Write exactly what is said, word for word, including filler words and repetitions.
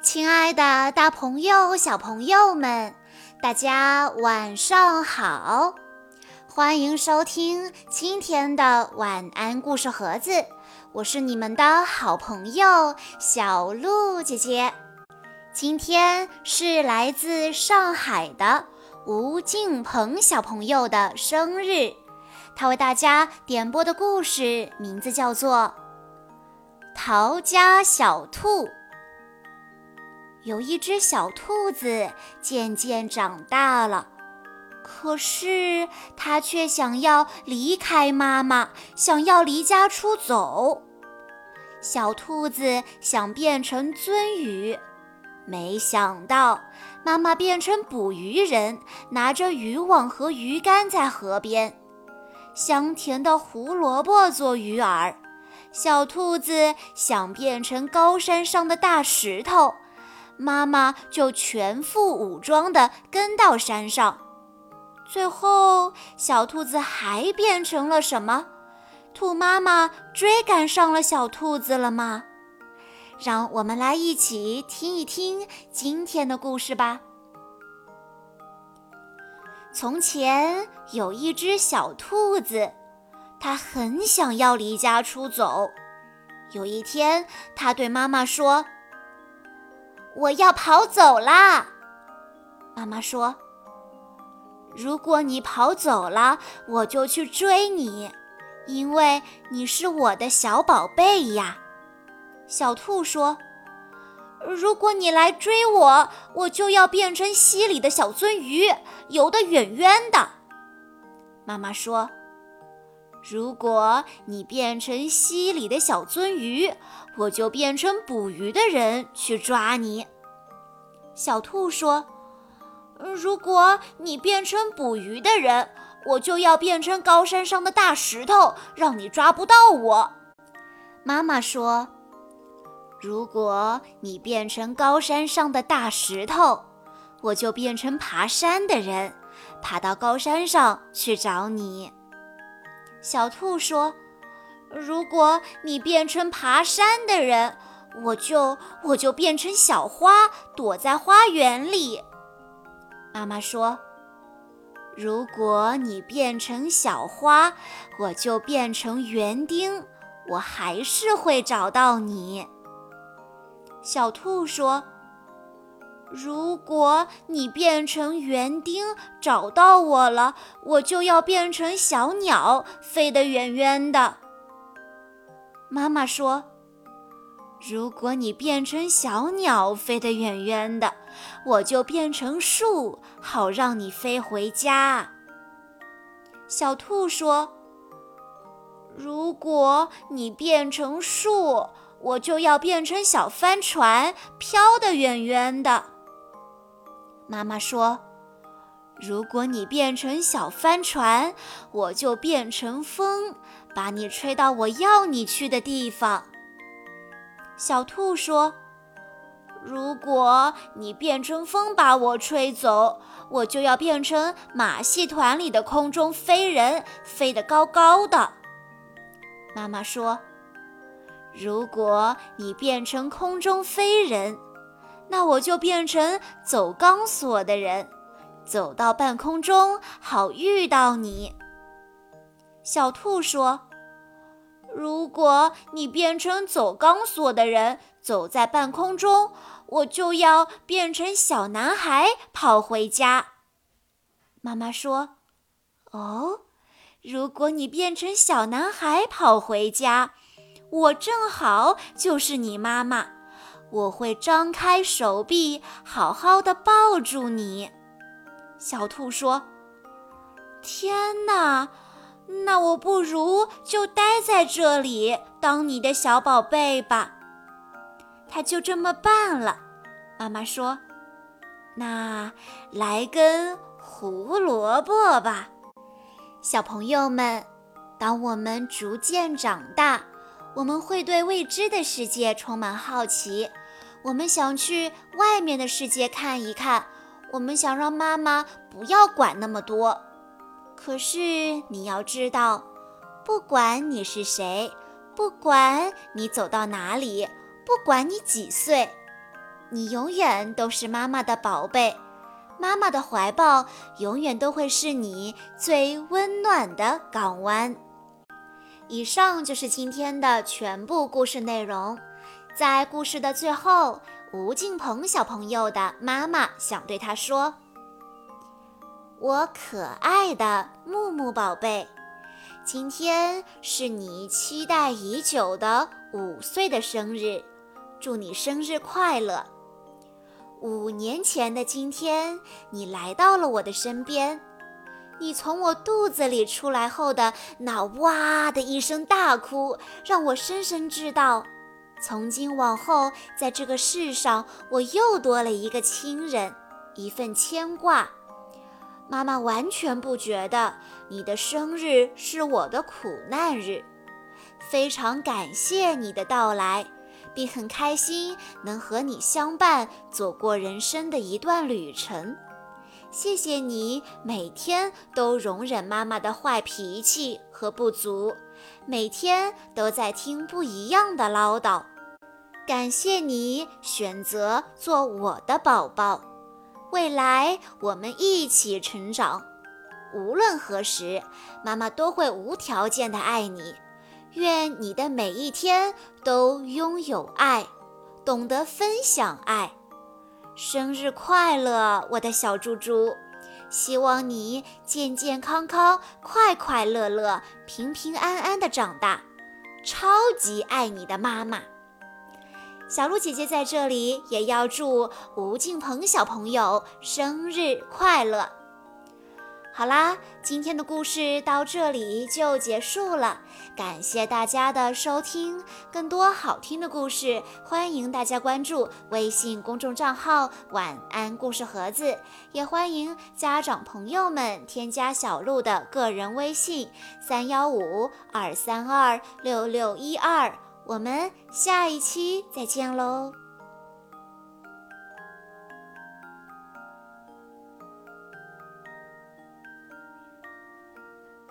亲爱的大朋友、小朋友们，大家晚上好！欢迎收听今天的晚安故事盒子，我是你们的好朋友小鹿姐姐。今天是来自上海的吴敬鹏小朋友的生日，他为大家点播的故事名字叫做《逃家小兔》。有一只小兔子渐渐长大了，可是它却想要离开妈妈，想要离家出走。小兔子想变成鳟鱼，没想到妈妈变成捕鱼人，拿着渔网和鱼竿在河边。香甜的胡萝卜做鱼饵，小兔子想变成高山上的大石头，妈妈就全副武装地跟到山上。最后，小兔子还变成了什么？兔妈妈追赶上了小兔子了吗？让我们来一起听一听今天的故事吧。从前有一只小兔子，它很想要离家出走。有一天，它对妈妈说：我要跑走啦！妈妈说：如果你跑走了，我就去追你，因为你是我的小宝贝呀。小兔说：如果你来追我，我就要变成溪里的小鳟鱼，游得远远的。妈妈说：如果你变成溪里的小鳟鱼，我就变成捕鱼的人去抓你。小兔说：如果你变成捕鱼的人，我就要变成高山上的大石头，让你抓不到我。妈妈说：如果你变成高山上的大石头，我就变成爬山的人，爬到高山上去找你。小兔说：如果你变成爬山的人，我就我就变成小花，躲在花园里。妈妈说：如果你变成小花，我就变成园丁，我还是会找到你。小兔说：如果你变成园丁找到我了，我就要变成小鸟，飞得远远的。妈妈说：如果你变成小鸟飞得远远的，我就变成树，好让你飞回家。小兔说：如果你变成树，我就要变成小帆船，飘得远远的。妈妈说：如果你变成小帆船，我就变成风，把你吹到我要你去的地方。小兔说：如果你变成风把我吹走，我就要变成马戏团里的空中飞人，飞得高高的。妈妈说：如果你变成空中飞人，那我就变成走钢索的人，走到半空中好遇到你。小兔说：如果你变成走钢索的人，走在半空中，我就要变成小男孩跑回家。妈妈说：哦，如果你变成小男孩跑回家，我正好就是你妈妈，我会张开手臂，好好的抱住你。小兔说：天哪，那我不如就待在这里，当你的小宝贝吧。他就这么办了。妈妈说：那来根胡萝卜吧。小朋友们，当我们逐渐长大，我们会对未知的世界充满好奇，我们想去外面的世界看一看，我们想让妈妈不要管那么多。可是你要知道，不管你是谁，不管你走到哪里，不管你几岁， 你永远都是妈妈的宝贝，妈妈的怀抱永远都会是你最温暖的港湾。以上就是今天的全部故事内容。在故事的最后，吴敬鹏小朋友的妈妈想对他说：我可爱的木木宝贝，今天是你期待已久的五岁的生日，祝你生日快乐。五年前的今天，你来到了我的身边，你从我肚子里出来后的那哇的一声大哭，让我深深知道，从今往后，在这个世上，我又多了一个亲人，一份牵挂。妈妈完全不觉得你的生日是我的苦难日，非常感谢你的到来，并很开心能和你相伴走过人生的一段旅程。谢谢你每天都容忍妈妈的坏脾气和不足，每天都在听不一样的唠叨。感谢你选择做我的宝宝，未来我们一起成长。无论何时，妈妈都会无条件的爱你。愿你的每一天都拥有爱，懂得分享爱。生日快乐，我的小猪猪！希望你健健康康、快快乐乐、平平安安的长大。超级爱你的妈妈。小鹿姐姐在这里也要祝吴敬鹏小朋友生日快乐。好啦，今天的故事到这里就结束了，感谢大家的收听。更多好听的故事，欢迎大家关注微信公众账号晚安故事盒子，也欢迎家长朋友们添加小鹿的个人微信三一五二三二六六一二，我们下一期再见喽。